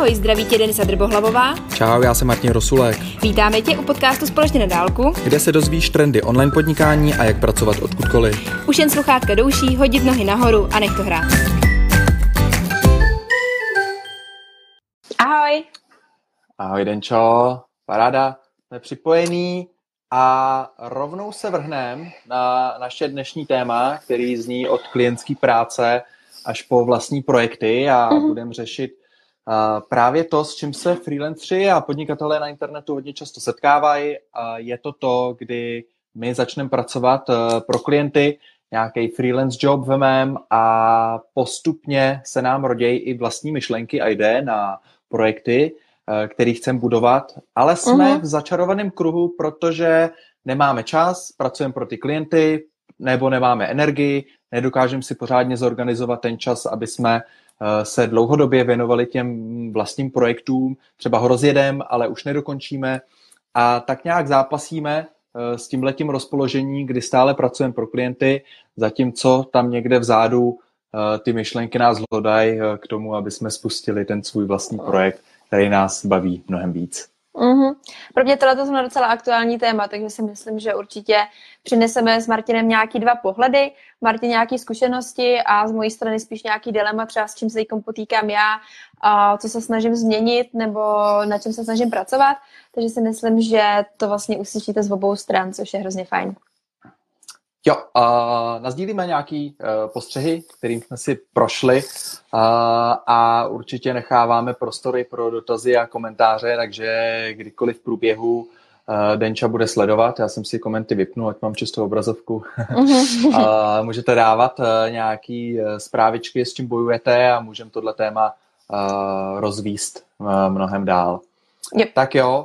Ahoj, zdraví tě Denisa Drbohlavová. Čau, já jsem Martin Rosulek. Vítáme tě u podcastu Společně na dálku, kde se dozvíš trendy online podnikání a jak pracovat odkudkoliv. Už jen sluchátka do uší, hodit nohy nahoru a nech to hrát. Ahoj. Ahoj Denčo, paráda, jsme připojení a rovnou se vrhneme na naše dnešní téma, který zní od klientské práce až po vlastní projekty a budeme řešit právě to, s čím se freelanceri a podnikatelé na internetu hodně často setkávají. Je to, kdy my začneme pracovat pro klienty, nějaký freelance job vemem a postupně se nám rodějí i vlastní myšlenky a ideje na projekty, který chceme budovat, ale jsme v začarovaném kruhu, protože nemáme čas, pracujeme pro ty klienty, nebo nemáme energii, nedokážeme si pořádně zorganizovat ten čas, aby jsme se dlouhodobě věnovali těm vlastním projektům, třeba ho rozjedeme, ale už nedokončíme a tak nějak zápasíme s tímhletím rozpoložení, kdy stále pracujeme pro klienty, zatímco tam někde vzadu ty myšlenky nás hlodají k tomu, aby jsme spustili ten svůj vlastní projekt, který nás baví mnohem víc. Pro mě tohle je docela aktuální téma, takže si myslím, že určitě přineseme s Martinem nějaký dva pohledy. Martin nějaké zkušenosti a z mojí strany spíš nějaký dilema, třeba s čím se teď potýkám já, co se snažím změnit nebo na čem se snažím pracovat. Takže si myslím, že to vlastně uslyšíte z obou stran, což je hrozně fajn. Jo, nasdílíme nějaký postřehy, kterým jsme si prošli a určitě necháváme prostory pro dotazy a komentáře, takže kdykoliv v průběhu Denča bude sledovat, já jsem si komenty vypnul, ať mám čistou obrazovku. Můžete dávat nějaký zprávičky, s čím bojujete a můžeme tohle téma rozvíst mnohem dál. Yep. Tak jo.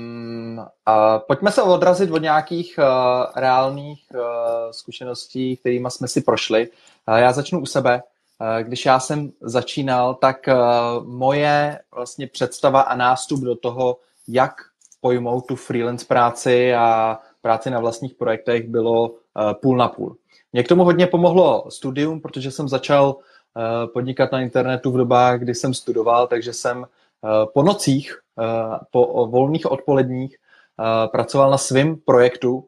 Pojďme se odrazit od nějakých reálných zkušeností, kterými jsme si prošli. Já začnu u sebe. Když já jsem začínal, tak moje vlastně představa a nástup do toho, jak pojmout tu freelance práci a práci na vlastních projektech, bylo půl na půl. Mě k tomu hodně pomohlo studium, protože jsem začal podnikat na internetu v dobách, kdy jsem studoval, takže jsem po nocích, po volných odpoledních pracoval na svém projektu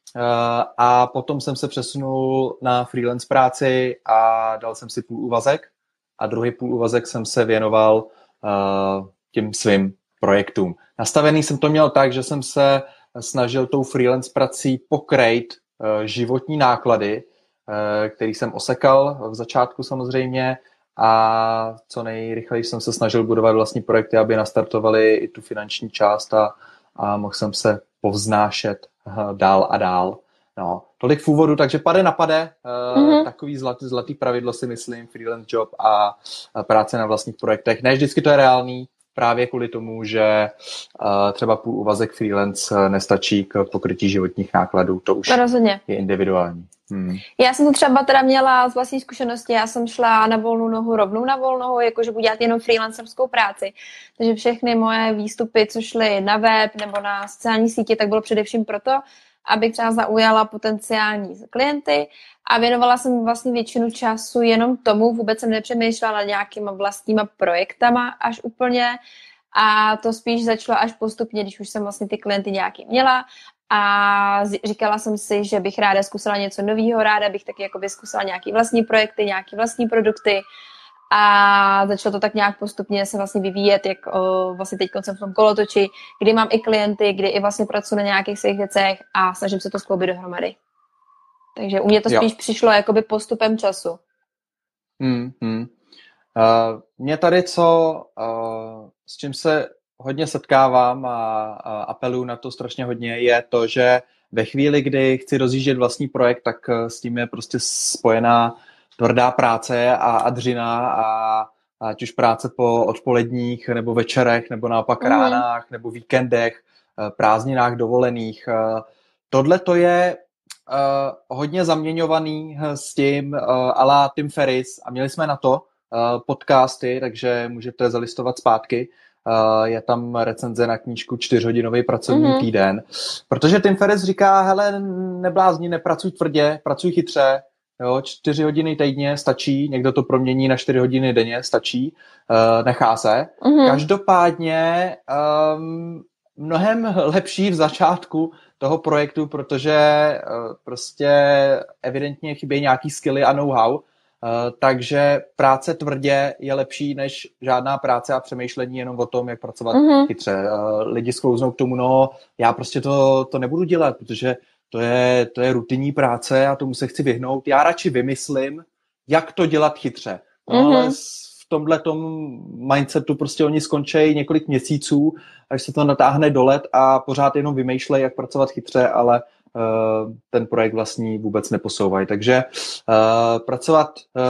a potom jsem se přesunul na freelance práci a dal jsem si půlúvazek a druhý půlúvazek jsem se věnoval těm svým projektům. Nastavený jsem to měl tak, že jsem se snažil tou freelance prací pokrýt životní náklady, který jsem osekal v začátku samozřejmě, a co nejrychleji jsem se snažil budovat vlastní projekty, aby nastartovali i tu finanční část a mohl jsem se povznášet dál a dál. No, tolik v úvodu, takže pade na pade, takový zlatý pravidlo si myslím, freelance job a práce na vlastních projektech. Ne vždycky to je reálný, právě kvůli tomu, že třeba půlúvazek freelance nestačí k pokrytí životních nákladů, to už je individuální. Já jsem to třeba teda měla z vlastní zkušenosti, já jsem šla na volnou nohu, rovnou na volnou nohu, jakože budu dělat jenom freelancerskou práci. Takže všechny moje výstupy, co šly na web nebo na sociální sítě, tak bylo především proto, abych třeba zaujala potenciální klienty a věnovala jsem vlastně většinu času jenom tomu, vůbec jsem nepřemýšlela nad nějakýma vlastníma projektama až úplně a to spíš začalo až postupně, když už jsem vlastně ty klienty nějaký měla. A říkala jsem si, že bych ráda zkusila něco nového, ráda bych taky jakoby zkusila nějaký vlastní projekty, nějaký vlastní produkty a začalo to tak nějak postupně se vlastně vyvíjet, jak vlastně teď jsem v tom kolotoči, kdy mám i klienty, kdy i vlastně pracuji na nějakých svých věcech a snažím se to skloubit dohromady. Takže u mě to spíš přišlo jakoby postupem času. Mě tady s čím se hodně setkávám a apeluju na to strašně hodně, je to, že ve chvíli, kdy chci rozjíždět vlastní projekt, tak s tím je prostě spojená tvrdá práce a dřina a ať už práce po odpoledních nebo večerech, nebo naopak ránách, nebo víkendech, prázdninách, dovolených. Tohle to je hodně zaměňovaný s tím à la Tim Ferriss a měli jsme na to podcasty, takže můžete zalistovat zpátky. Je tam recenze na knížku 4hodinový pracovní týden. Protože Tim Ferriss říká, hele, neblázni, nepracuj tvrdě, pracuj chytře, Jo, 4 hodiny týdně stačí, někdo to promění na 4 hodiny denně, stačí, nechá se. Každopádně mnohem lepší v začátku toho projektu, protože prostě evidentně chybějí nějaký skilly a know-how, takže práce tvrdě je lepší než žádná práce a přemýšlení jenom o tom, jak pracovat chytře. Lidi sklouznou k tomu, no já prostě to nebudu dělat, protože to je rutinní práce a tomu se chci vyhnout. Já radši vymyslím, jak to dělat chytře. No ale v tomhletom mindsetu prostě oni skončí několik měsíců, až se to natáhne do let a pořád jenom vymýšlejí, jak pracovat chytře, ale ten projekt vlastní vůbec neposouvají. Takže pracovat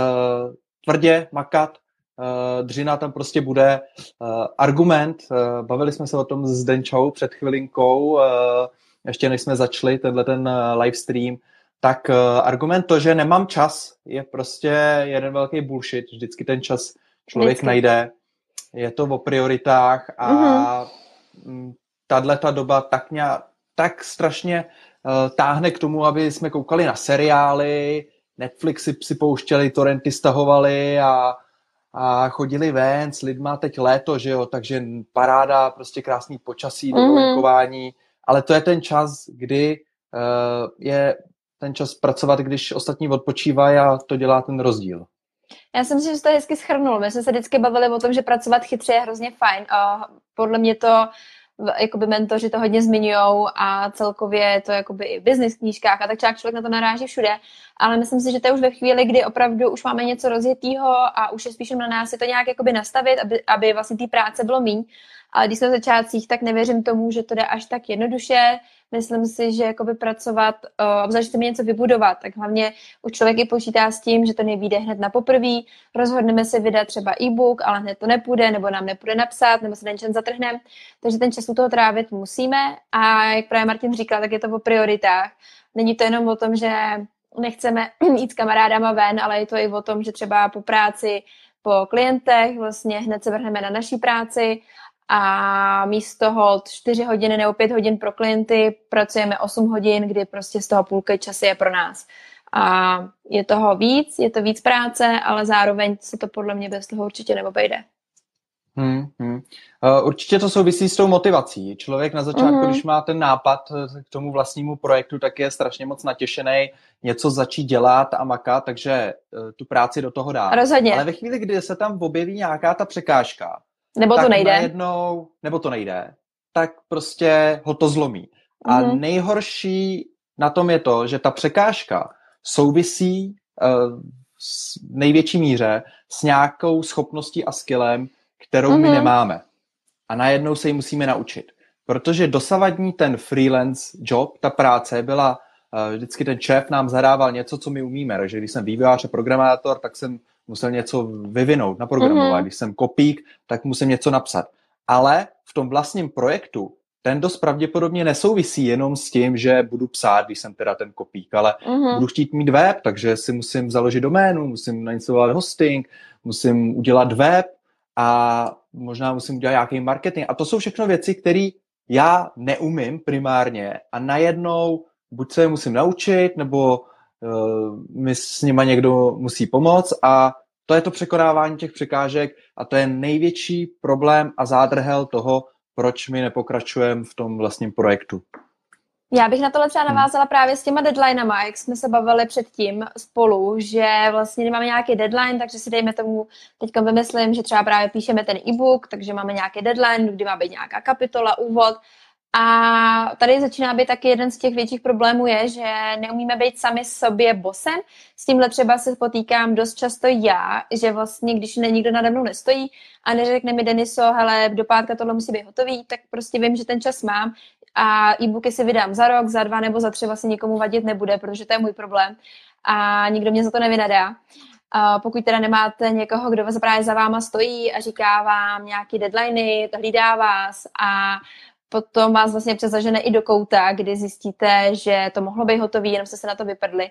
tvrdě, makat, dřina tam prostě bude. Argument, bavili jsme se o tom s Denčou před chvilinkou, ještě než jsme začali ten live stream, tak argument to, že nemám čas, je prostě jeden velký bullshit. Vždycky ten čas člověk najde. Je to o prioritách a tato doba tak strašně táhne k tomu, aby jsme koukali na seriály, Netflixy si pouštěli, torrenty stahovali a chodili ven s lidma, teď léto, že jo, takže paráda, prostě krásný počasí, dovolenkování, ale to je ten čas, kdy je ten čas pracovat, když ostatní odpočívají a to dělá ten rozdíl. Já si myslím, že jsi to hezky shrnul. My jsme se vždycky bavili o tom, že pracovat chytře je hrozně fajn a podle mě to jakoby mentoři to hodně zmiňujou a celkově to jakoby i v business knížkách a tak člověk na to naráží všude, ale myslím si, že to je už ve chvíli, kdy opravdu už máme něco rozjetýho a už je spíš na nás si to nějak jakoby nastavit, aby vlastně té práce bylo míň. Ale když jsme v začátcích, tak nevěřím tomu, že to jde až tak jednoduše. Myslím si, že jakoby pracovat, obzvlášť chceme něco vybudovat, tak hlavně už člověk i počítá s tím, že to nevyjde hned na poprví, rozhodneme se vydat třeba e-book, ale hned to nepůjde, nebo nám nepůjde napsat, nebo se ten čas zatrhne, takže ten čas u toho trávit musíme a jak právě Martin říkal, tak je to o prioritách. Není to jenom o tom, že nechceme jít s kamarádama ven, ale je to i o tom, že třeba po práci, po klientech vlastně hned se vrhneme na naší práci a místo toho 4 hodiny nebo 5 hodin pro klienty pracujeme 8 hodin, kdy prostě z toho půlky časy je pro nás. A je toho víc, je to víc práce, ale zároveň se to podle mě bez toho určitě neobejde. Určitě to souvisí s tou motivací. Člověk na začátku, když má ten nápad k tomu vlastnímu projektu, tak je strašně moc natěšený něco začít dělat a makat, takže tu práci do toho dá. Rozhodně. Ale ve chvíli, kdy se tam objeví nějaká ta překážka, nebo to nejde. Nebo to nejde, tak prostě ho to zlomí. A nejhorší na tom je to, že ta překážka souvisí v největší míře s nějakou schopností a skillem, kterou my nemáme. A najednou se ji musíme naučit. Protože dosavadní ten freelance job, ta práce byla, vždycky ten šéf nám zadával něco, co my umíme. Takže když jsem vývojář a programátor, tak jsem musel něco vyvinout, naprogramovat. Když jsem kopík, tak musím něco napsat. Ale v tom vlastním projektu ten dost pravděpodobně nesouvisí jenom s tím, že budu psát, když jsem teda ten kopík, ale budu chtít mít web, takže si musím založit doménu, musím nainstalovat hosting, musím udělat web a možná musím udělat nějaký marketing. A to jsou všechno věci, které já neumím primárně a najednou buď se je musím naučit, nebo mi s nima někdo musí pomoct a to je to překonávání těch překážek a to je největší problém a zádrhel toho, proč my nepokračujeme v tom vlastním projektu. Já bych na tohle třeba navázala právě s těma deadlinama, jak jsme se bavili předtím spolu, že vlastně nemáme nějaký deadline, takže si dejme tomu, teďka vymyslím, že třeba právě píšeme ten e-book, takže máme nějaký deadline, kdy má být nějaká kapitola, úvod. A tady začíná být taky jeden z těch větších problémů je, že neumíme být sami sobě bosem. S tímhle třeba se potýkám dost často já, že vlastně, když nikdo nade mnou nestojí a neřekne mi Deniso, hele, do pátka tohle musí být hotový, tak prostě vím, že ten čas mám a e-booky si vydám za rok, za 2 nebo za 3 vlastně nikomu vadit nebude, protože to je můj problém a nikdo mě za to nevynadá. Pokud teda nemáte někoho, kdo právě za váma stojí a říká vám nějaký deadliny, hlídá vás a potom vás vlastně přezažene i do kouta, kdy zjistíte, že to mohlo být hotový, jenom jste se na to vyprdli,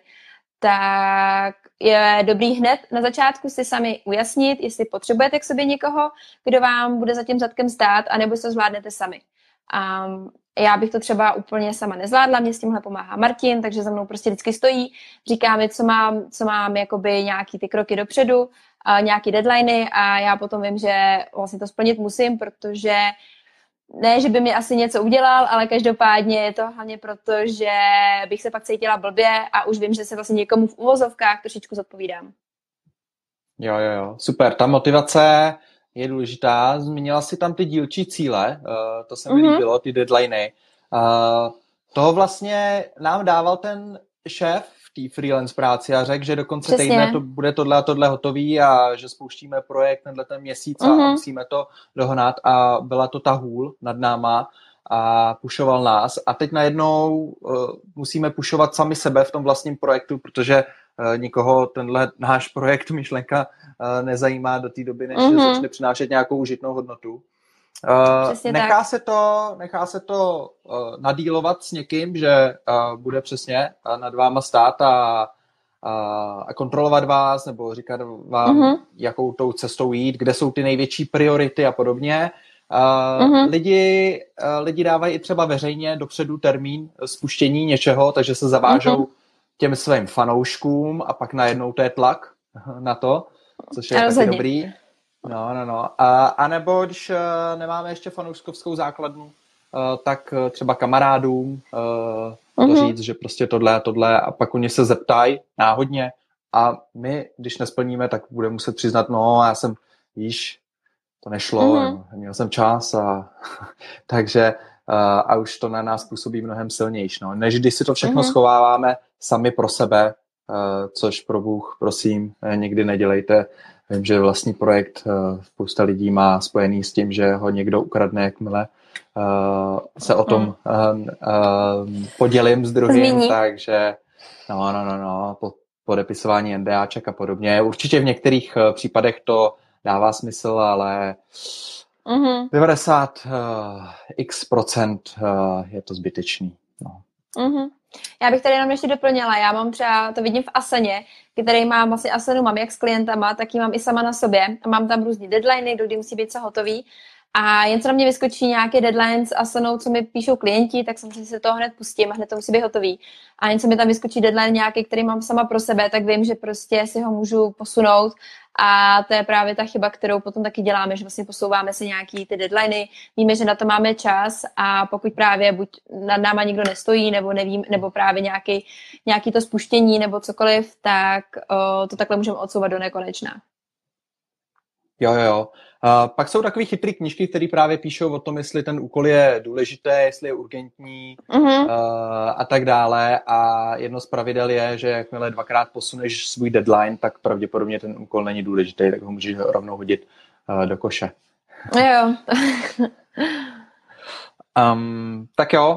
tak je dobrý hned na začátku si sami ujasnit, jestli potřebujete k sobě někoho, kdo vám bude za tím zadkem stát, anebo se to zvládnete sami. já bych to třeba úplně sama nezvládla, mě s tímhle pomáhá Martin, takže za mnou prostě vždycky stojí, říká mi, co mám jakoby nějaký ty kroky dopředu, nějaký deadliny a já potom vím, že vlastně to splnit musím, protože ne, že by mi asi něco udělal, ale každopádně je to hlavně proto, že bych se pak cítila blbě a už vím, že se vlastně někomu v uvozovkách trošičku zodpovídám. Jo, super. Ta motivace je důležitá. Zmínila si tam ty dílčí cíle, to se mi líbilo, ty deadliny. Toho vlastně nám dával ten šéf v té freelance práci a řekl, že do konce týdne to bude tohle a tohle hotový a že spouštíme projekt tenhle ten měsíc a musíme to dohnat a byla to ta hůl nad náma a pušoval nás. A teď najednou musíme pušovat sami sebe v tom vlastním projektu, protože nikoho tenhle náš projekt, myšlenka nezajímá do té doby, než začne přinášet nějakou užitnou hodnotu. Nechá se to nadílovat s někým, že bude přesně nad váma stát a kontrolovat vás, nebo říkat vám, jakou tou cestou jít, kde jsou ty největší priority a podobně. Lidi dávají i třeba veřejně dopředu termín spuštění něčeho, takže se zavážou těm svým fanouškům a pak najednou to je tlak na to, což je taky dobrý. No. A nebo když nemáme ještě fanouškovskou základnu, tak třeba kamarádům to říct, že prostě tohle a pak oni se zeptají náhodně a my, když nesplníme, tak budeme muset přiznat, já jsem, to nešlo, měl jsem čas a takže a už to na nás působí mnohem silnější. Než když si to všechno schováváme sami pro sebe, což pro Bůh, prosím, nikdy nedělejte. Vím, že vlastní projekt spousta lidí má spojený s tím, že ho někdo ukradne, jakmile se o tom podělím s druhým, takže podepisování NDAček a podobně. Určitě v některých případech to dává smysl, ale 90% je to zbytečný. Já bych tady jenom ještě doplnila, já mám třeba, to vidím v Asaně, který mám vlastně Asanu, mám jak s klientama, tak ji mám i sama na sobě a mám tam různý deadliny, kdy musí být co hotový a jen co na mě vyskočí nějaký deadline s Asanou, co mi píšou klienti, tak samozřejmě se toho hned pustím a hned to musí být hotový. A jen co mi tam vyskočí deadline nějaký, který mám sama pro sebe, tak vím, že prostě si ho můžu posunout a to je právě ta chyba, kterou potom taky děláme, že vlastně posouváme si nějaký ty deadliny, víme, že na to máme čas a pokud právě buď nad náma nikdo nestojí, nebo nevím, nebo právě nějaký to spuštění nebo cokoliv, tak to takhle můžeme odsouvat do nekonečna. Jo. Pak jsou takové chytré knížky, které právě píšou o tom, jestli ten úkol je důležitý, jestli je urgentní a tak dále. A jedno z pravidel je, že jakmile 2krát posuneš svůj deadline, tak pravděpodobně ten úkol není důležitý, tak ho můžeš rovnou hodit do koše. Jo. Tak jo.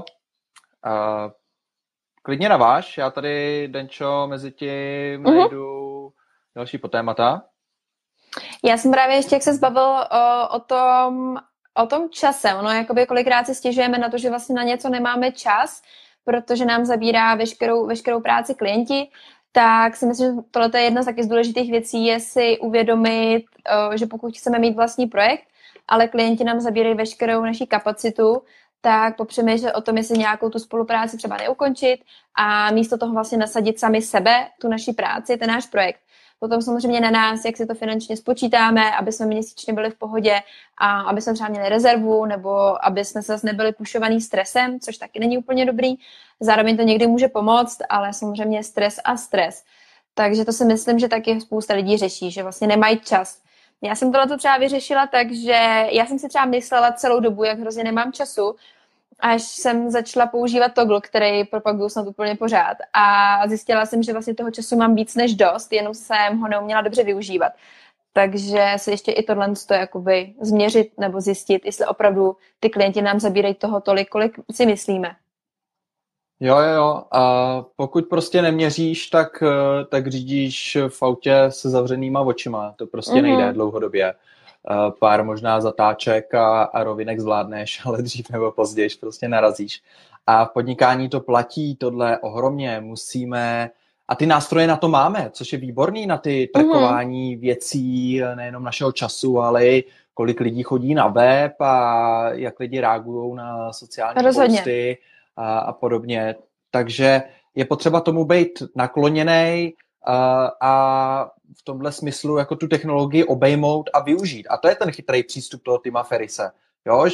Klidně naváž. Já tady, Denčo, mezi tím najdu další potémata. Já jsem právě ještě, jak se zbavil o tom čase. Ono jakoby kolikrát si stěžujeme na to, že vlastně na něco nemáme čas, protože nám zabírá veškerou práci klienti, tak si myslím, že tohle je jedna z taky z důležitých věcí, je si uvědomit, že pokud chceme mít vlastní projekt, ale klienti nám zabírají veškerou naši kapacitu, tak popřemýšlet o tom, jestli nějakou tu spolupráci třeba neukončit a místo toho vlastně nasadit sami sebe, tu naši práci, ten náš projekt. Potom samozřejmě na nás, jak si to finančně spočítáme, aby jsme měsíčně byli v pohodě a aby jsme třeba měli rezervu, nebo aby jsme se zase nebyli pušovaný stresem, což taky není úplně dobrý. Zároveň to někdy může pomoct, ale samozřejmě stres a stres. Takže to si myslím, že taky spousta lidí řeší, že vlastně nemají čas. Já jsem tohle třeba vyřešila tak, že já jsem si třeba myslela celou dobu, jak hrozně nemám času, až jsem začala používat Toggl, který propaguju snad úplně pořád. A zjistila jsem, že vlastně toho času mám víc než dost, jenom jsem ho neuměla dobře využívat. Takže se ještě i tohle jakoby změřit nebo zjistit, jestli opravdu ty klienti nám zabírají toho tolik, kolik si myslíme. Jo. A pokud prostě neměříš, tak řídíš v autě se zavřenýma očima. To prostě nejde dlouhodobě. Pár možná zatáček a rovinek zvládneš, ale dřív nebo později prostě narazíš. A v podnikání to platí tohle ohromně. Musíme A ty nástroje na to máme, což je výborný na ty trackování věcí, nejenom našeho času, ale i kolik lidí chodí na web a jak lidi reagují na sociální posty a podobně. Takže je potřeba tomu být nakloněnej a v tomhle smyslu jako tu technologii obejmout a využít. A to je ten chytrý přístup toho Tima Ferrise. Jo,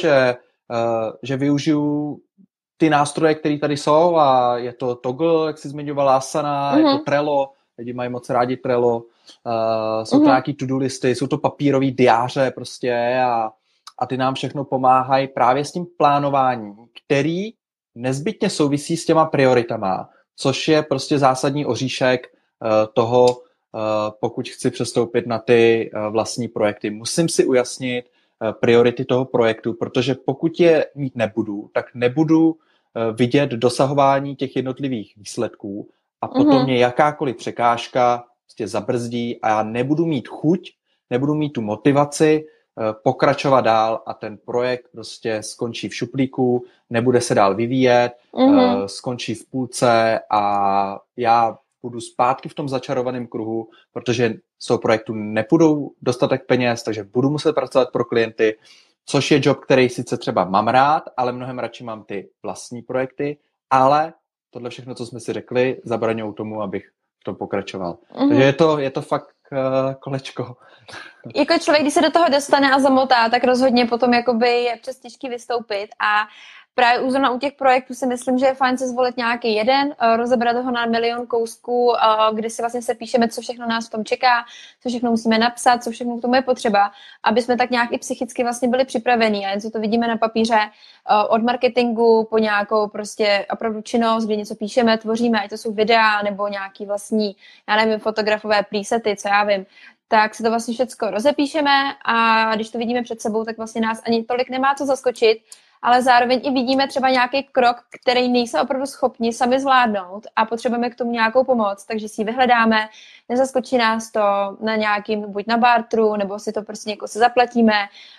že využiju ty nástroje, které tady jsou a je to Toggle, jak jsi zmiňovala, Asana, je to Trello, lidi mají moc rádi Trello, jsou to nějaký to-do listy, jsou to papírový diáře prostě a ty nám všechno pomáhají právě s tím plánováním, který nezbytně souvisí s těma prioritama, což je prostě zásadní oříšek toho, pokud chci přestoupit na ty vlastní projekty. Musím si ujasnit priority toho projektu, protože pokud je mít nebudu, tak nebudu vidět dosahování těch jednotlivých výsledků a potom mě jakákoliv překážka prostě zabrzdí a já nebudu mít chuť, nebudu mít tu motivaci pokračovat dál a ten projekt prostě skončí v šuplíku, nebude se dál vyvíjet, skončí v půlce a já budu zpátky v tom začarovaném kruhu, protože z toho projektu nepůjdou dostatek peněz, takže budu muset pracovat pro klienty, což je job, který sice třeba mám rád, ale mnohem radši mám ty vlastní projekty, ale tohle všechno, co jsme si řekli, zabraňují tomu, abych v tom pokračoval. Takže je to fakt kolečko. Jako člověk, když se do toho dostane a zamotá, tak rozhodně potom jakoby je přes těžký vystoupit a právě zrovna u těch projektů si myslím, že je fajn se zvolit nějaký jeden, rozebrat ho na milion kousků, kdy si vlastně se píšeme, co všechno nás v tom čeká, co všechno musíme napsat, co všechno k tomu je potřeba, aby jsme tak nějak i psychicky vlastně byli připravení a jen co to vidíme na papíře od marketingu po nějakou prostě opravdu činnost, kdy něco píšeme, tvoříme, ať to jsou videa nebo nějaký vlastní, já nevím, fotografové presety, co já vím, tak si to vlastně všechno rozepíšeme a když to vidíme před sebou, tak vlastně nás ani tolik nemá co zaskočit, ale zároveň i vidíme třeba nějaký krok, který nejsme opravdu schopni sami zvládnout a potřebujeme k tomu nějakou pomoc, takže si ji vyhledáme, nezaskočí nás to na nějakým, buď na bartru, nebo si to prostě někoho se zaplatíme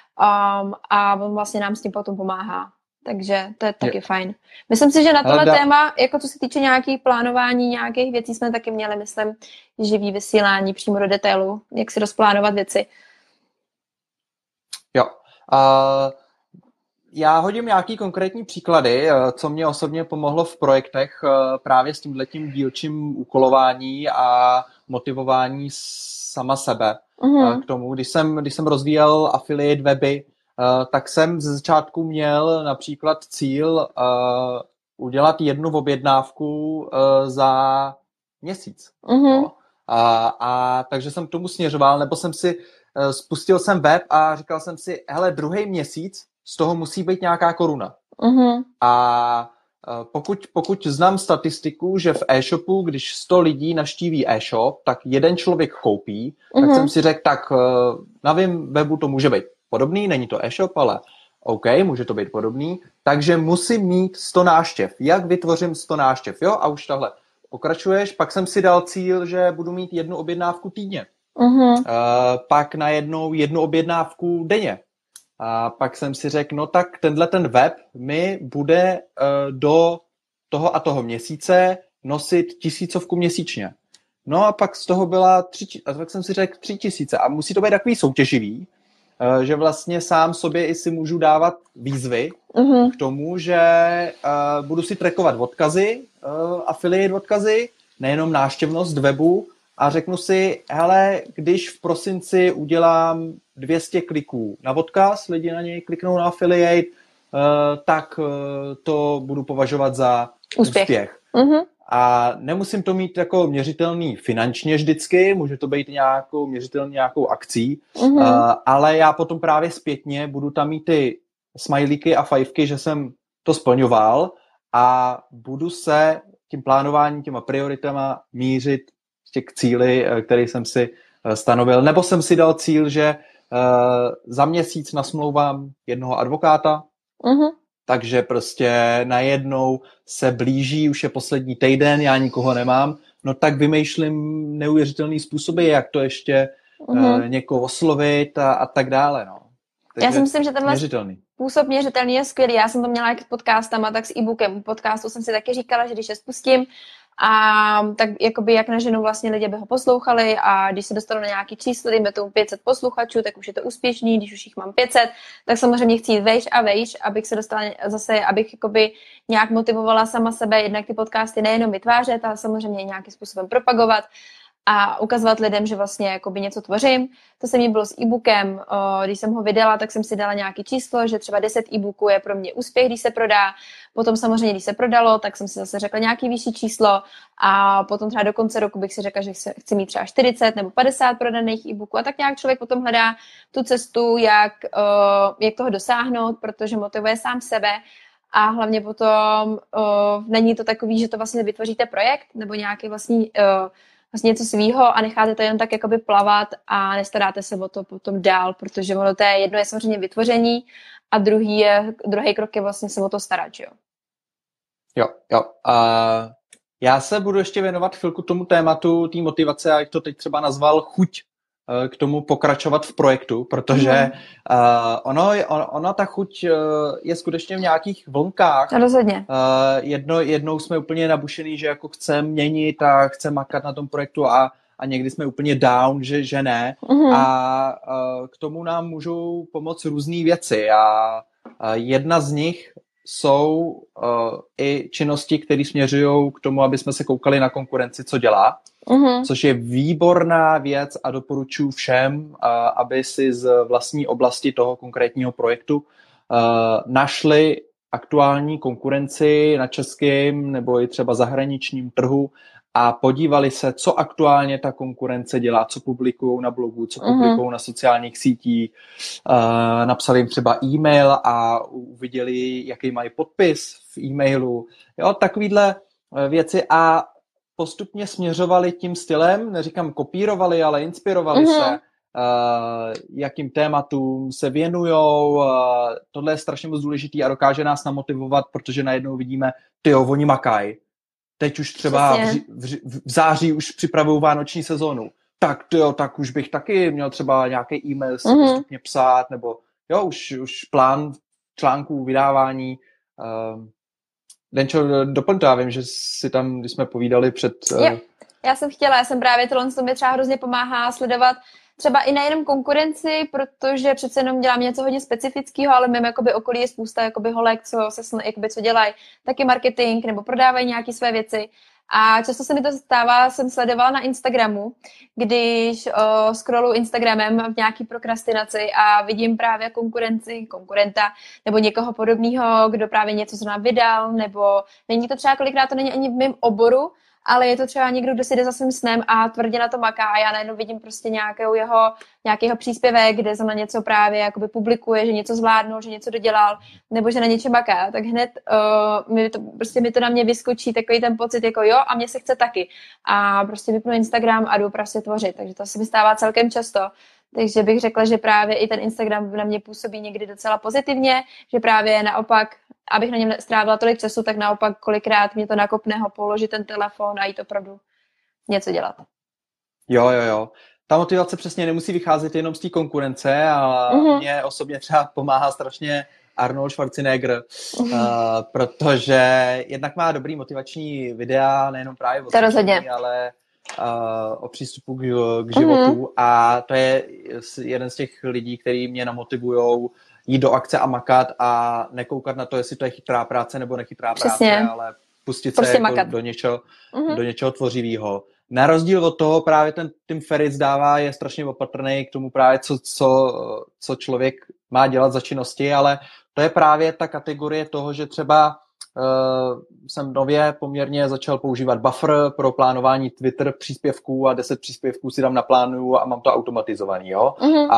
a on vlastně nám s tím potom pomáhá. Takže to je taky fajn. Myslím si, že na tohle téma, jako co se týče nějakých plánování, nějakých věcí, jsme taky měli, myslím, živý vysílání přímo do detailu, jak si rozplánovat věci. Jo. Já hodím nějaký konkrétní příklady, co mě osobně pomohlo v projektech právě s tímhletím dílčím úkolování a motivování sama sebe k tomu. Když jsem rozvíjel affiliate weby, tak jsem ze začátku měl například cíl udělat jednu objednávku za měsíc. No. Takže jsem k tomu směřoval, nebo spustil jsem web a říkal jsem si, hele, druhý měsíc z toho musí být nějaká koruna. A pokud znám statistiku, že v e-shopu, když 100 lidí navštíví e-shop, tak jeden člověk koupí, tak jsem si řekl, tak na mém webu to může být podobný, není to e-shop, ale OK, může to být podobný, takže musím mít 100 návštěv. Jak vytvořím 100 návštěv? Jo, a už tahle pokračuješ, pak jsem si dal cíl, že budu mít jednu objednávku týdně. Pak najednou jednu objednávku denně. A pak jsem si řekl, no tak ten web mi bude do toho a toho měsíce nosit 1000 měsíčně. No a pak z toho byla a tak jsem si řekl 3000 a musí to být takový soutěživý, že vlastně sám sobě i si můžu dávat výzvy k tomu, že budu si trackovat odkazy, affiliate odkazy, nejenom návštěvnost webu a řeknu si, hele, když v prosinci udělám 200 kliků na odkaz, lidi na něj kliknou na affiliate, tak to budu považovat za úspěch. A nemusím to mít jako měřitelný finančně vždycky, může to být nějakou akcí, ale já potom právě zpětně budu tam mít ty smajlíky a fajfky, že jsem to splňoval a budu se tím plánováním, těma prioritama mířit k cíli, který jsem si stanovil. Nebo jsem si dal cíl, že za měsíc nasmlouvám jednoho advokáta, takže prostě najednou se blíží, už je poslední týden, já nikoho nemám, no tak vymýšlím neuvěřitelný způsoby, jak to ještě někoho oslovit a tak dále. No. Já si myslím, že působ měřitelný je skvělý. Já jsem to měla jak s podcastama, tak s e-bookem. U podcastu jsem si taky říkala, že když je spustím, a tak jakoby jak naženu vlastně lidi, aby ho poslouchali, a když se dostanu na nějaký číslo, dejme tomu 500 posluchačů, tak už je to úspěšný, když už jich mám 500, tak samozřejmě chci jít vejš a vejš, abych se dostala zase, abych jakoby nějak motivovala sama sebe, jednak ty podcasty nejenom vytvářet, ale samozřejmě i nějakým způsobem propagovat a ukazovat lidem, že vlastně jakoby něco tvořím. To se mi bylo s e-bookem, když jsem ho vydala, tak jsem si dala nějaké číslo, že třeba 10 e-booků je pro mě úspěch, když se prodá. Potom samozřejmě, když se prodalo, tak jsem si zase řekla nějaký vyšší číslo a potom třeba do konce roku bych si řekla, že chci mít třeba 40 nebo 50 prodaných e-booků a tak nějak člověk potom hledá tu cestu, jak toho dosáhnout, protože motivuje sám sebe. A hlavně potom není to takový, že to vlastně vytvoříte projekt nebo nějaký vlastní vlastně něco svýho a necháte to jen tak jakoby plavat a nestaráte se o to potom dál, protože ono to je jedno je samozřejmě vytvoření a druhý krok je vlastně se o to starat, jo. Jo. Já se budu ještě věnovat chvilku tomu tématu, té motivace, jak to teď třeba nazval, chuť k tomu pokračovat v projektu, protože ona ta chuť je skutečně v nějakých vlnkách. Rozhodně. Jednou jsme úplně nabušený, že jako chceme měnit a chceme makat na tom projektu a někdy jsme úplně down, že ne. A k tomu nám můžou pomoct různé věci a jedna z nich jsou i činnosti, které směřují k tomu, aby jsme se koukali na konkurenci, co dělá, což je výborná věc a doporučuji všem, aby si z vlastní oblasti toho konkrétního projektu našli aktuální konkurenci na českém nebo i třeba zahraničním trhu a podívali se, co aktuálně ta konkurence dělá, co publikují na blogu, co publikují na sociálních sítích, napsali jim třeba e-mail a uviděli, jaký mají podpis v e-mailu, jo, takovýhle věci a postupně směřovali tím stylem, neříkám kopírovali, ale inspirovali se, jakým tématům se věnujou, tohle je strašně moc důležitý a dokáže nás namotivovat, protože najednou vidíme, tyjo, oni makají. Teď už třeba v září už připravují vánoční sezónu. Tak tyjo, tak už bych taky měl třeba nějaký e-mail si postupně psát, nebo jo, už plán článků, vydávání. Denčo, doplň to, já vím, že si tam, když jsme povídali před... Já jsem právě tohle, co mi třeba hrozně pomáhá sledovat třeba i nejenom konkurenci, protože přece jenom dělám něco hodně specifického, ale mimo jakoby okolí je spousta jakoby holek, co dělají, taky marketing nebo prodávají nějaké své věci. A často se mi to stává, jsem sledovala na Instagramu, když scrolluji Instagramem v nějaký prokrastinaci a vidím právě konkurenta nebo někoho podobného, kdo právě něco zrovna vydal, nebo není to třeba kolikrát to není ani v mém oboru, ale je to třeba někdo, kdo si jde za svým snem a tvrdě na to maká a já najednou vidím prostě nějakého příspěvek, kde za na něco právě jakoby publikuje, že něco zvládnul, že něco dodělal, nebo že na něčem maká, tak hned mi to na mě vyskočí takový ten pocit jako jo a mně se chce taky a prostě vypnu Instagram a jdu prostě tvořit, takže to se mi stává celkem často. Takže bych řekla, že právě i ten Instagram na mě působí někdy docela pozitivně, že právě naopak, abych na něm strávila tolik času, tak naopak kolikrát mě to nakopne ho položit ten telefon a jít opravdu něco dělat. Jo. Ta motivace přesně nemusí vycházet jenom z té konkurence, ale mě osobně třeba pomáhá strašně Arnold Schwarzenegger, protože jednak má dobrý motivační videa, nejenom právě o cvičení, ale o přístupu k životu a to je jeden z těch lidí, který mě namotivujou jít do akce a makat a nekoukat na to, jestli to je chytrá práce nebo nechytrá práce, ale pustit prostě se jako do něčeho tvořivého. Na rozdíl od toho právě ten Tim Ferriss je strašně opatrný k tomu právě, co člověk má dělat za činnosti, ale to je právě ta kategorie toho, že třeba jsem nově poměrně začal používat buffer pro plánování Twitter příspěvků a 10 příspěvků si tam naplánuju a mám to automatizovaný, jo?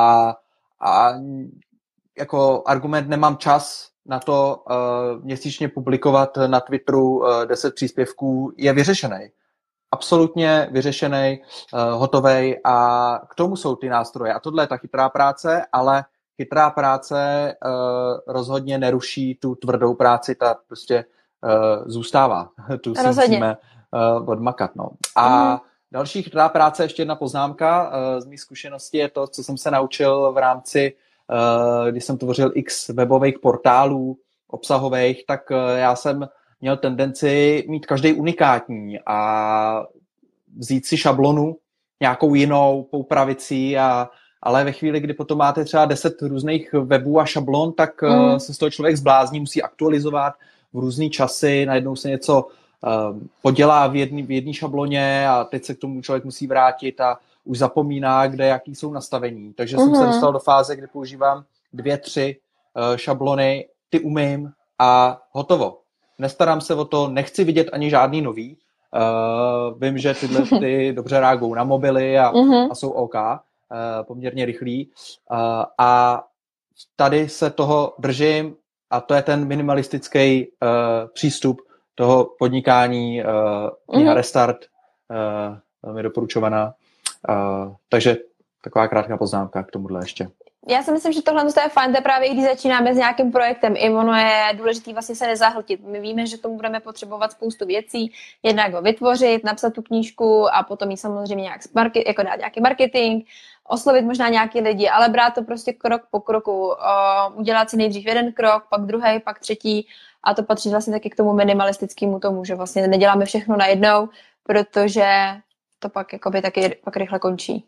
A jako argument nemám čas na to měsíčně publikovat na Twitteru 10 příspěvků je vyřešený. Absolutně vyřešený, hotovej a k tomu jsou ty nástroje. A tohle je ta chytrá práce, ale chytrá práce rozhodně neruší tu tvrdou práci, ta prostě zůstává. Tu si musíme odmakat. No. A další chytrá práce, ještě jedna poznámka z mých zkušeností je to, co jsem se naučil v rámci když jsem tvořil x webových portálů obsahových, tak já jsem měl tendenci mít každý unikátní a vzít si šablonu nějakou jinou, poupravit si, ale ve chvíli, kdy potom máte třeba 10 různých webů a šablon, tak se z toho člověk zblázní, musí aktualizovat v různý časy, najednou se něco podělá v jedné šabloně a teď se k tomu člověk musí vrátit a už zapomíná, kde jaký jsou nastavení. Takže jsem se dostal do fáze, kdy používám 2, 3 šablony, ty umím a hotovo. Nestarám se o to, nechci vidět ani žádný nový. Vím, že tyhle ty dobře reagují na mobily a jsou OK, poměrně rychlý. A tady se toho držím a to je ten minimalistický přístup toho podnikání, kniha Restart, velmi doporučovaná. Takže taková krátká poznámka k tomuhle ještě. Já si myslím, že tohle je fajn, to je právě, když začínáme s nějakým projektem. I ono je důležité vlastně se nezahltit. My víme, že k tomu budeme potřebovat spoustu věcí, jednak ho vytvořit, napsat tu knížku a potom jí samozřejmě nějak jako dát nějaký marketing, oslovit možná nějaký lidi, ale brát to prostě krok po kroku. Udělat si nejdřív jeden krok, pak druhý, pak třetí a to patří vlastně taky k tomu minimalistickému tomu, že vlastně neděláme všechno najednou, protože to pak jakoby taky pak rychle končí.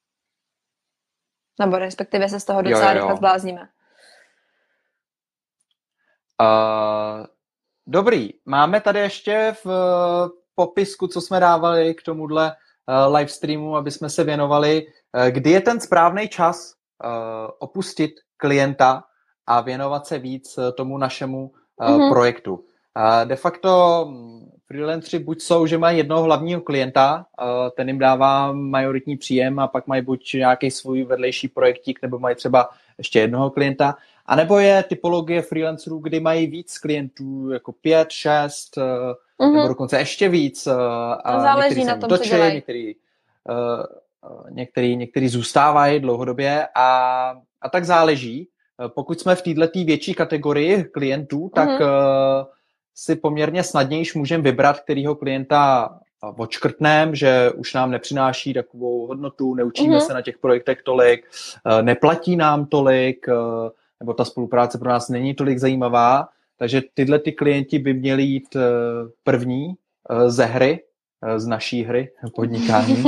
Nebo respektive se z toho docela rychle zblázníme. Dobrý. Máme tady ještě v popisku, co jsme dávali k tomuhle livestreamu, aby jsme se věnovali, kdy je ten správný čas opustit klienta a věnovat se víc tomu našemu projektu. De facto freelanceri buď jsou, že mají jednoho hlavního klienta, ten jim dává majoritní příjem a pak mají buď nějaký svůj vedlejší projektík, nebo mají třeba ještě jednoho klienta, anebo je typologie freelancerů, kdy mají víc klientů, jako 5, 6, nebo dokonce ještě víc. A záleží na tom, co dělají. Některý zůstávají dlouhodobě a tak záleží. Pokud jsme v této větší kategorii klientů, tak si poměrně snadnějiš můžeme vybrat, kterýho klienta odškrtneme, že už nám nepřináší takovou hodnotu, neučíme se na těch projektech tolik, neplatí nám tolik, nebo ta spolupráce pro nás není tolik zajímavá, takže tyhle ty klienti by měli jít první ze hry, z naší hry podnikání.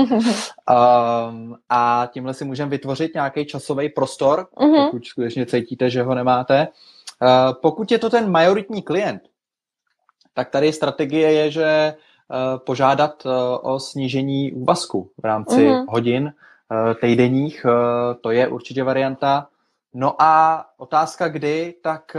A tímhle si můžeme vytvořit nějaký časový prostor, pokud skutečně cítíte, že ho nemáte. Pokud je to ten majoritní klient, tak tady strategie je, že požádat o snížení úvazku v rámci hodin týdenních, to je určitě varianta. No a otázka kdy, tak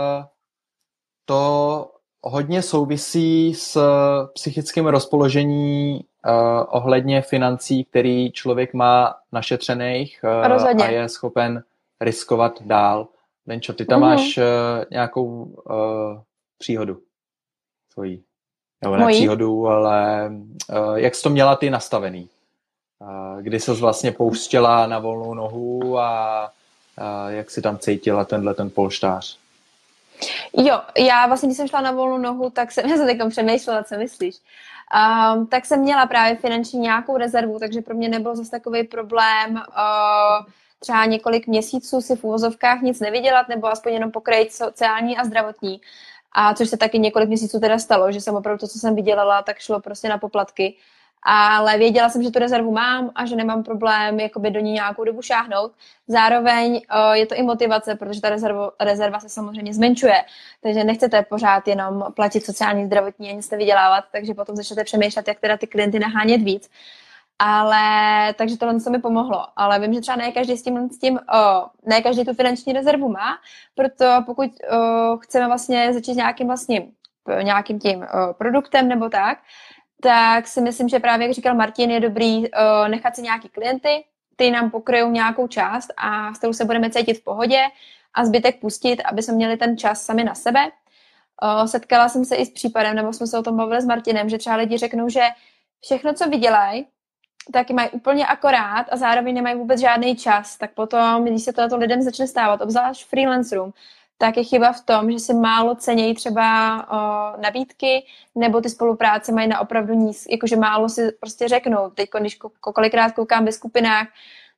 to hodně souvisí s psychickým rozpoložení ohledně financí, který člověk má našetřených a je schopen riskovat dál. Lenčo, ty tam máš nějakou příhodu svojí. Nebo ne příhodu, ale jak jsi to měla ty nastavený? Kdy jsi vlastně pouštěla na volnou nohu a jak jsi tam cítila ten polštář? Jo, já vlastně, když jsem šla na volnou nohu, tak já jsem takom přemýšlela, co myslíš. Tak jsem měla právě finanční nějakou rezervu, takže pro mě nebyl zase takový problém třeba několik měsíců si v uvozovkách nic nevydělat, nebo aspoň jenom pokrýt sociální a zdravotní. A což se taky několik měsíců teda stalo, že jsem opravdu to, co jsem vydělala, tak šlo prostě na poplatky. Ale věděla jsem, že tu rezervu mám a že nemám problém jakoby do ní nějakou dobu šáhnout. Zároveň je to i motivace, protože ta rezerva se samozřejmě zmenšuje. Takže nechcete pořád jenom platit sociální, zdravotní a nic nevydělávat, takže potom začnete přemýšlet, jak teda ty klienty nahánět víc. Ale takže tohle mi pomohlo. Ale vím, že třeba ne každý ne každý tu finanční rezervu má, proto pokud chceme vlastně začít nějakým tím produktem nebo tak si myslím, že právě, jak říkal Martin, je dobrý nechat si nějaký klienty, ty nám pokryjou nějakou část a s kterou se budeme cítit v pohodě a zbytek pustit, aby jsme měli ten čas sami na sebe. Setkala jsem se i s případem, nebo jsme se o tom bavili s Martinem, že třeba lidi řeknou, že všechno, co vydělají, taky mají úplně akorát a zároveň nemají vůbec žádný čas. Tak potom, když se to lidem začne stávat, obzvlášť freelancerům, tak je chyba v tom, že si málo cenějí třeba nabídky, nebo ty spolupráce mají na opravdu nízké, jakože málo si prostě řeknou. Teď, když kolikrát koukám ve skupinách,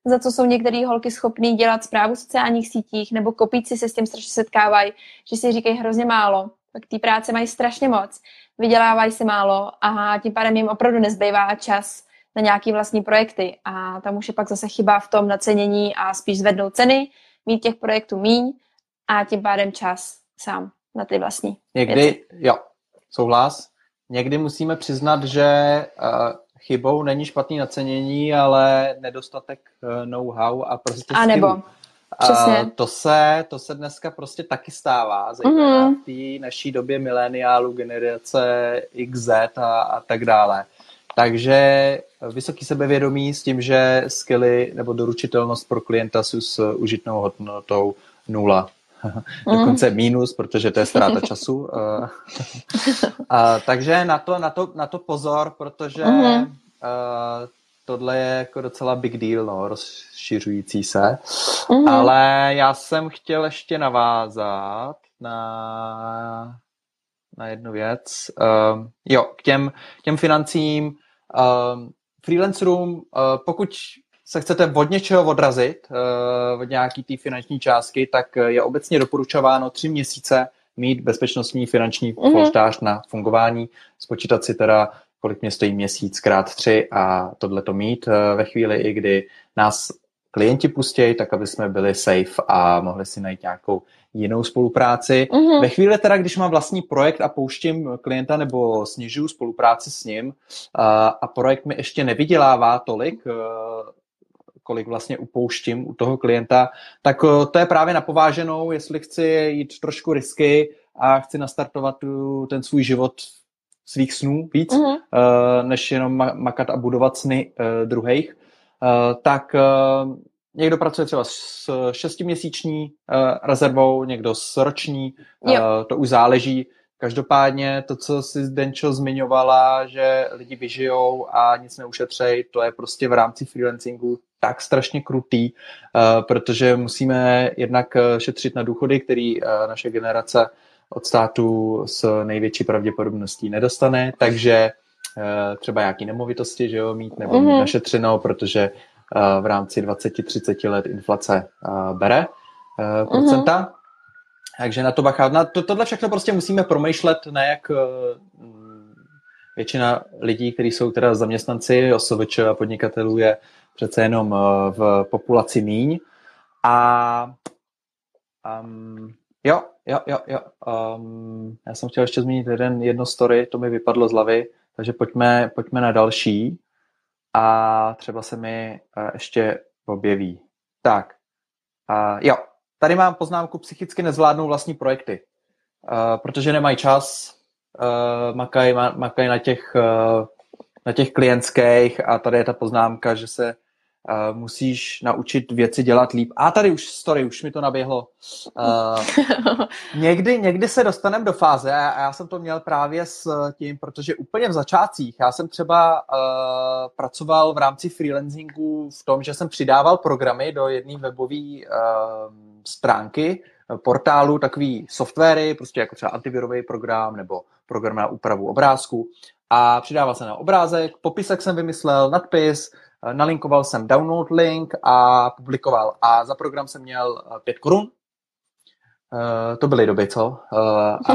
za co jsou některé holky schopné dělat správu v sociálních sítích, nebo kopíci se s tím strašně setkávají, že si říkají hrozně málo, pak té práce mají strašně moc, vydělávají si málo a tím pádem jim opravdu nezbývá čas na nějaký vlastní projekty a tam už je pak zase chyba v tom nacenění a spíš zvednout ceny, mít těch projektů míň a tím pádem čas sám na ty vlastní věci. Jo, souhlas. Někdy musíme přiznat, že chybou není špatný nacenění, ale nedostatek know-how a prostě skillů. Přesně. To se dneska prostě taky stává, zejména v té naší době mileniálu, generace XZ a tak dále. Takže vysoký sebevědomí s tím, že skilly nebo doručitelnost pro klienta jsou s užitnou hodnotou 0. Dokonce mínus, protože to je ztráta času. Takže na to pozor, protože tohle je jako docela big deal, no, rozšiřující se. Ale já jsem chtěl ještě navázat na jednu věc. K těm financím, freelancerům, pokud se chcete od něčeho odrazit, od nějaký té finanční částky, tak je obecně doporučováno 3 měsíce mít bezpečnostní finanční polštář na fungování, spočítat si teda, kolik mě stojí měsíc krát 3 a tohleto mít ve chvíli, i kdy nás klienti pustějí, tak aby jsme byli safe a mohli si najít nějakou jinou spolupráci. Ve chvíli teda, když mám vlastní projekt a pouštím klienta nebo snižuju spolupráci s ním a projekt mi ještě nevydělává tolik, kolik vlastně upouštím u toho klienta, tak to je právě napováženou, jestli chci jít trošku risky a chci nastartovat ten svůj život svých snů víc, než jenom makat a budovat sny druhých. Tak někdo pracuje třeba s 6měsíční rezervou, někdo s roční, to už záleží. Každopádně to, co si Zdenčo zmiňovala, že lidi vyžijou a nic neušetřejí, to je prostě v rámci freelancingu tak strašně krutý, protože musíme jednak šetřit na důchody, který naše generace od státu s největší pravděpodobností nedostane, takže třeba nějaký nemovitosti, že jo, mít nebo mít našetřenou, protože v rámci 20-30 let inflace bere procenta. Takže na to bacha. Tohle všechno prostě musíme promýšlet, ne jak většina lidí, kteří jsou teda zaměstnanci, OSVČ a podnikatelů je přece jenom v populaci míň. A já jsem chtěl ještě zmínit jedno story, to mi vypadlo z hlavy, takže pojďme na další a třeba se mi ještě objeví. Tak, tady mám poznámku, psychicky nezvládnou vlastní projekty, protože nemají čas, makají na těch klientských a tady je ta poznámka, že se musíš naučit věci dělat líp. A tady už mi to naběhlo. Někdy se dostaneme do fáze a já jsem to měl právě s tím, protože úplně v začátcích, já jsem třeba pracoval v rámci freelancingu v tom, že jsem přidával programy do jedné webové stránky, portálu, takový softwary, prostě jako třeba antivirový program nebo program na úpravu obrázku a přidával jsem na obrázek, popisek jsem vymyslel, nadpis, nalinkoval jsem download link a publikoval. A za program jsem měl 5 korun. To byly doby, co? A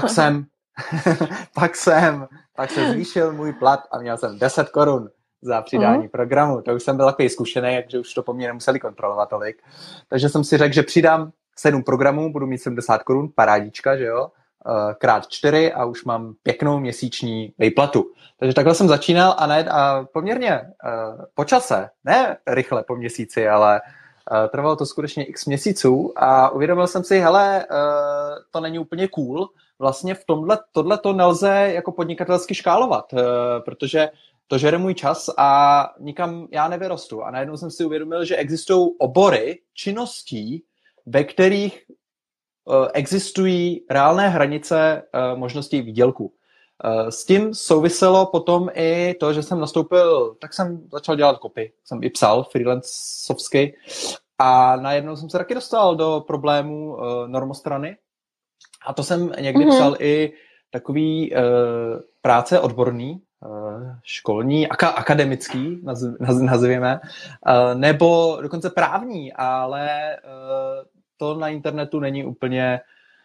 pak se zvýšil můj plat a měl jsem 10 korun za přidání programu. To už jsem byl takový zkušený, takže už to po mně nemuseli kontrolovat tolik. Takže jsem si řekl, že přidám 7 programů, budu mít 70 korun, parádička, že jo? Krát 4 a už mám pěknou měsíční výplatu. Takže takhle jsem začínal a poměrně po čase, ne rychle po měsíci, ale trvalo to skutečně x měsíců a uvědomil jsem si, hele, to není úplně cool, vlastně v tohle to nelze jako podnikatelsky škálovat, protože to žere můj čas a nikam já nevyrostu. A najednou jsem si uvědomil, že existují obory činností, ve kterých existují reálné hranice možností výdělku. S tím souviselo potom i to, že jsem nastoupil, tak jsem začal dělat copy, jsem i psal freelancovsky a najednou jsem se taky dostal do problémů normostrany a to jsem někdy psal i takový práce odborný, školní, akademický, nazvěme, nebo dokonce právní, ale to na internetu není úplně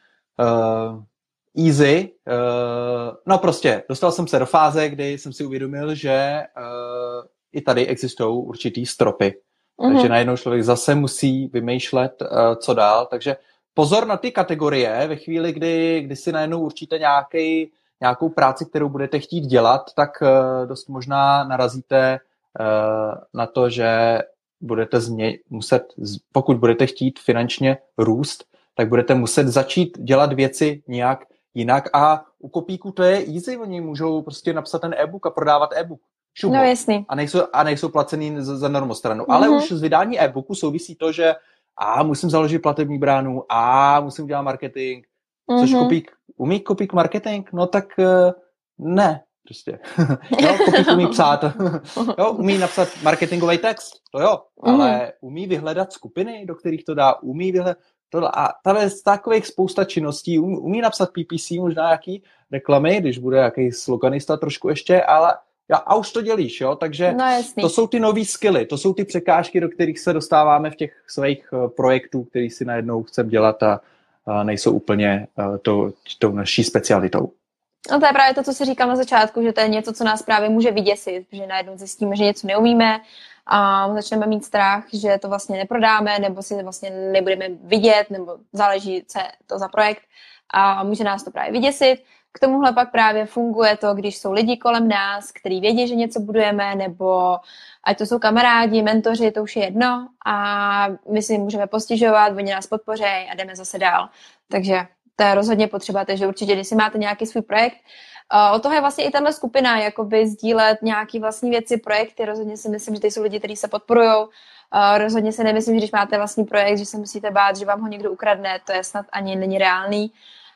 easy. No prostě, dostal jsem se do fáze, kdy jsem si uvědomil, že i tady existují určitý stropy. Takže najednou člověk zase musí vymýšlet, co dál. Takže pozor na ty kategorie. Ve chvíli, kdy si najednou určíte nějakou práci, kterou budete chtít dělat, tak dost možná narazíte na to, že budete muset, pokud budete chtít finančně růst, tak budete muset začít dělat věci nějak jinak. A u Kopíku to je easy, oni můžou prostě napsat ten e-book a prodávat e-book. No jasný. A nejsou placený za normostranu. Ale už z vydání e-booku souvisí to, že musím založit platební bránu, musím dělat marketing. Což umí Kopík marketing? No tak ne. Prostě. Jo, Kopík umí psát. Jo, umí napsat marketingový text. To jo. Ale umí vyhledat skupiny, do kterých to dá. Umí vyhledat tohle. A tady z takových spousta činností. Umí napsat PPC, možná nějaký reklamy, když bude jaký sloganista trošku ještě, ale a už to dělíš, jo, takže to jsou ty nový skilly, to jsou ty překážky, do kterých se dostáváme v těch svých projektů, který si najednou chceme dělat a nejsou úplně tou naší specialitou. No to je právě to, co jsi říkal na začátku, že to je něco, co nás právě může vyděsit, že najednou zjistíme, že něco neumíme a začneme mít strach, že to vlastně neprodáme, nebo si vlastně nebudeme vidět, nebo záleží, co je to za projekt a může nás to právě vyděsit. K tomuhle pak právě funguje to, když jsou lidi kolem nás, kteří vědí, že něco budujeme, nebo ať to jsou kamarádi, mentoři, to už je jedno a my si můžeme postižovat, oni nás podpoří a jdeme zase dál. Takže to je rozhodně potřeba, takže určitě, když si máte nějaký svůj projekt, od toho je vlastně i tahle skupina, jakoby sdílet nějaký vlastní věci, projekty, rozhodně si myslím, že ty jsou lidi, kteří se podporujou, rozhodně si nemyslím, že když máte vlastní projekt, že se musíte bát, že vám ho někdo ukradne, to je snad ani není reálný.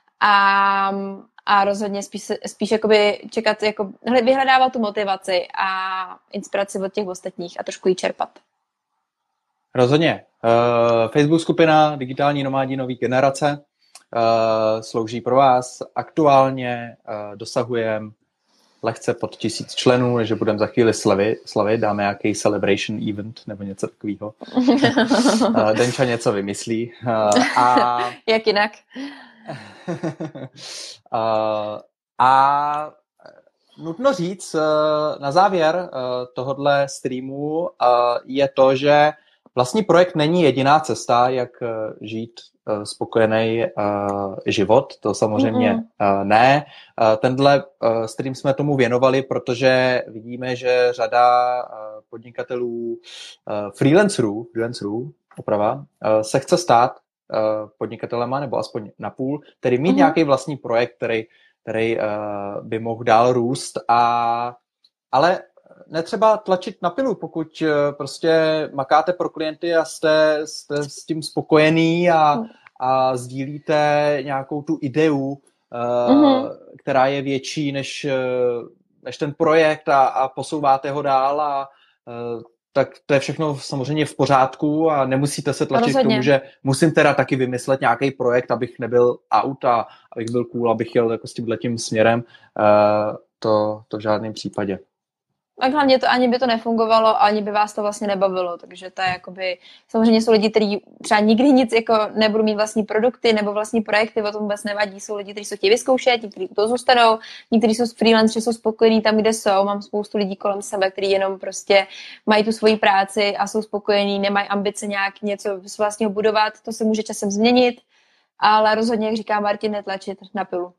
A rozhodně spíš jakoby čekat, vyhledávat tu motivaci a inspiraci od těch ostatních a trošku ji čerpat. Rozhodně. Facebook skupina Digitální nomádi nový generace slouží pro vás. Aktuálně dosahujeme lehce pod 1000 členů, než budeme za chvíli slavit, dáme nějaký celebration event nebo něco takového. Denča něco vymyslí. Jak jinak? A nutno říct na závěr tohodle streamu je to, že vlastní projekt není jediná cesta, jak žít spokojený život, to samozřejmě ne. Tenhle stream jsme tomu věnovali, protože vidíme, že řada podnikatelů, freelancerů, oprava, se chce stát podnikatelema, nebo aspoň napůl, tedy mít nějaký vlastní projekt, který by mohl dál růst, ale netřeba tlačit na pilu, pokud prostě makáte pro klienty a jste s tím spokojený a sdílíte nějakou tu ideu, která je větší než ten projekt a posouváte ho dál tak to je všechno samozřejmě v pořádku a nemusíte se tlačit k tomu, že musím teda taky vymyslet nějaký projekt, abych nebyl out a abych byl cool, abych jel jako s tímhletím směrem. To v žádném případě. Tak hlavně to ani by to nefungovalo, ani by vás to vlastně nebavilo, takže to je jakoby, samozřejmě jsou lidi, kteří třeba nikdy nic jako nebudou mít vlastní produkty nebo vlastní projekty, o tom vůbec nevadí, jsou lidi, kteří se chtějí vyzkoušet, někteří to zůstanou, někteří jsou freelanceri, jsou spokojení tam, kde jsou, mám spoustu lidí kolem sebe, kteří jenom prostě mají tu svoji práci a jsou spokojení, nemají ambice nějak něco z vlastního budovat, to se může časem změnit, ale rozhodně, jak říká Martin, netlačit na pilu.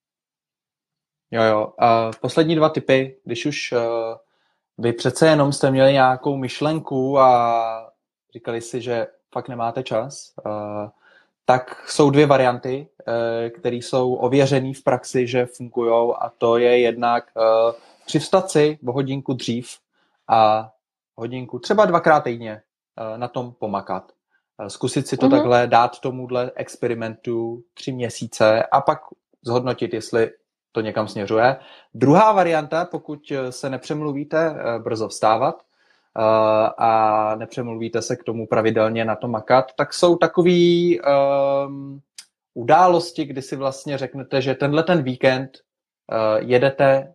Jo. Poslední 2 tipy, když už vy přece jenom jste měli nějakou myšlenku a říkali si, že fakt nemáte čas, tak jsou 2 varianty, které jsou ověřené v praxi, že fungují, a to je jednak přivstat si o hodinku dřív a hodinku třeba 2krát týdně na tom pomakat. Zkusit si to takhle, dát tomuhle experimentu 3 měsíce a pak zhodnotit, jestli to někam směřuje. Druhá varianta, pokud se nepřemluvíte brzo vstávat a nepřemluvíte se k tomu pravidelně na to makat, tak jsou takový události, kdy si vlastně řeknete, že ten víkend jedete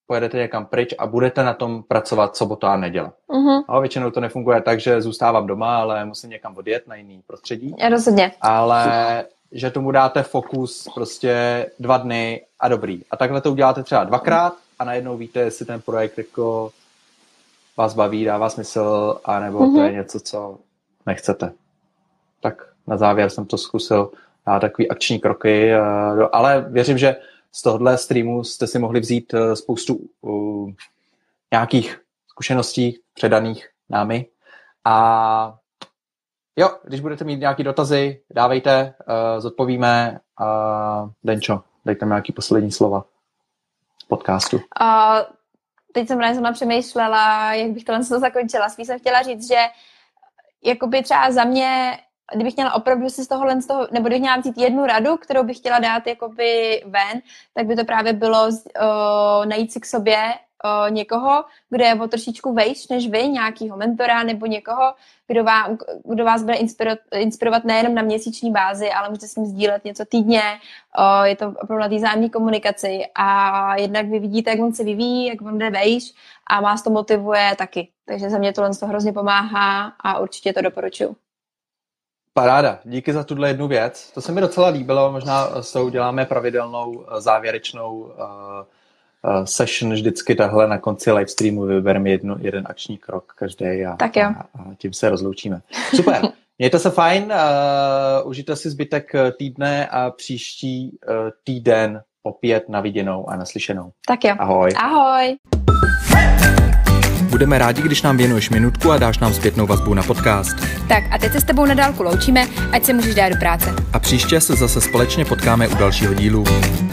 pojedete někam pryč a budete na tom pracovat sobotu a neděle. A většinou to nefunguje tak, že zůstávám doma, ale musím někam odjet na jiný prostředí. Rozhodně. Ale že tomu dáte fokus prostě 2 dny a dobrý. A takhle to uděláte třeba 2krát a najednou víte, jestli ten projekt jako vás baví, dává smysl, anebo to je něco, co nechcete. Tak na závěr jsem to zkusil dát takový akční kroky, ale věřím, že z tohohle streamu jste si mohli vzít spoustu nějakých zkušeností předaných námi. A jo, když budete mít nějaké dotazy, dávejte, zodpovíme. Denčo, dejte mi nějaký poslední slova podcastu. Teď jsem zrovna přemýšlela, jak bych tohle zakončila. Spíš jsem chtěla říct, že jakoby třeba za mě, kdybych měla opravdu si z toho, nebo kdybych měla vzít jednu radu, kterou bych chtěla dát jakoby ven, tak by to právě bylo najít si k sobě někoho, kdo je o trošičku vejš než vy, nějakýho mentora nebo někoho, kdo vás bude inspirovat nejenom na měsíční bázi, ale můžete s ním sdílet něco týdně, je to opravdu na té vzájemné komunikaci a jednak vy vidíte, jak on se vyvíjí, jak on jde vejš a vás to motivuje taky. Takže za mě tohle hrozně pomáhá a určitě to doporučuji. Paráda, díky za tuhle jednu věc. To se mi docela líbilo, možná s tou děláme pravidelnou závěrečnou session vždycky tahle na konci livestreamu, vybereme jeden akční krok každý a tím se rozloučíme. Super, mějte se fajn, užijte si zbytek týdne a příští týden opět na viděnou a naslyšenou. Tak jo. Ahoj. Ahoj. Budeme rádi, když nám věnuješ minutku a dáš nám zpětnou vazbu na podcast. Tak a teď se s tebou na dálku loučíme, ať se můžeš dát do práce. A příště se zase společně potkáme u dalšího dílu.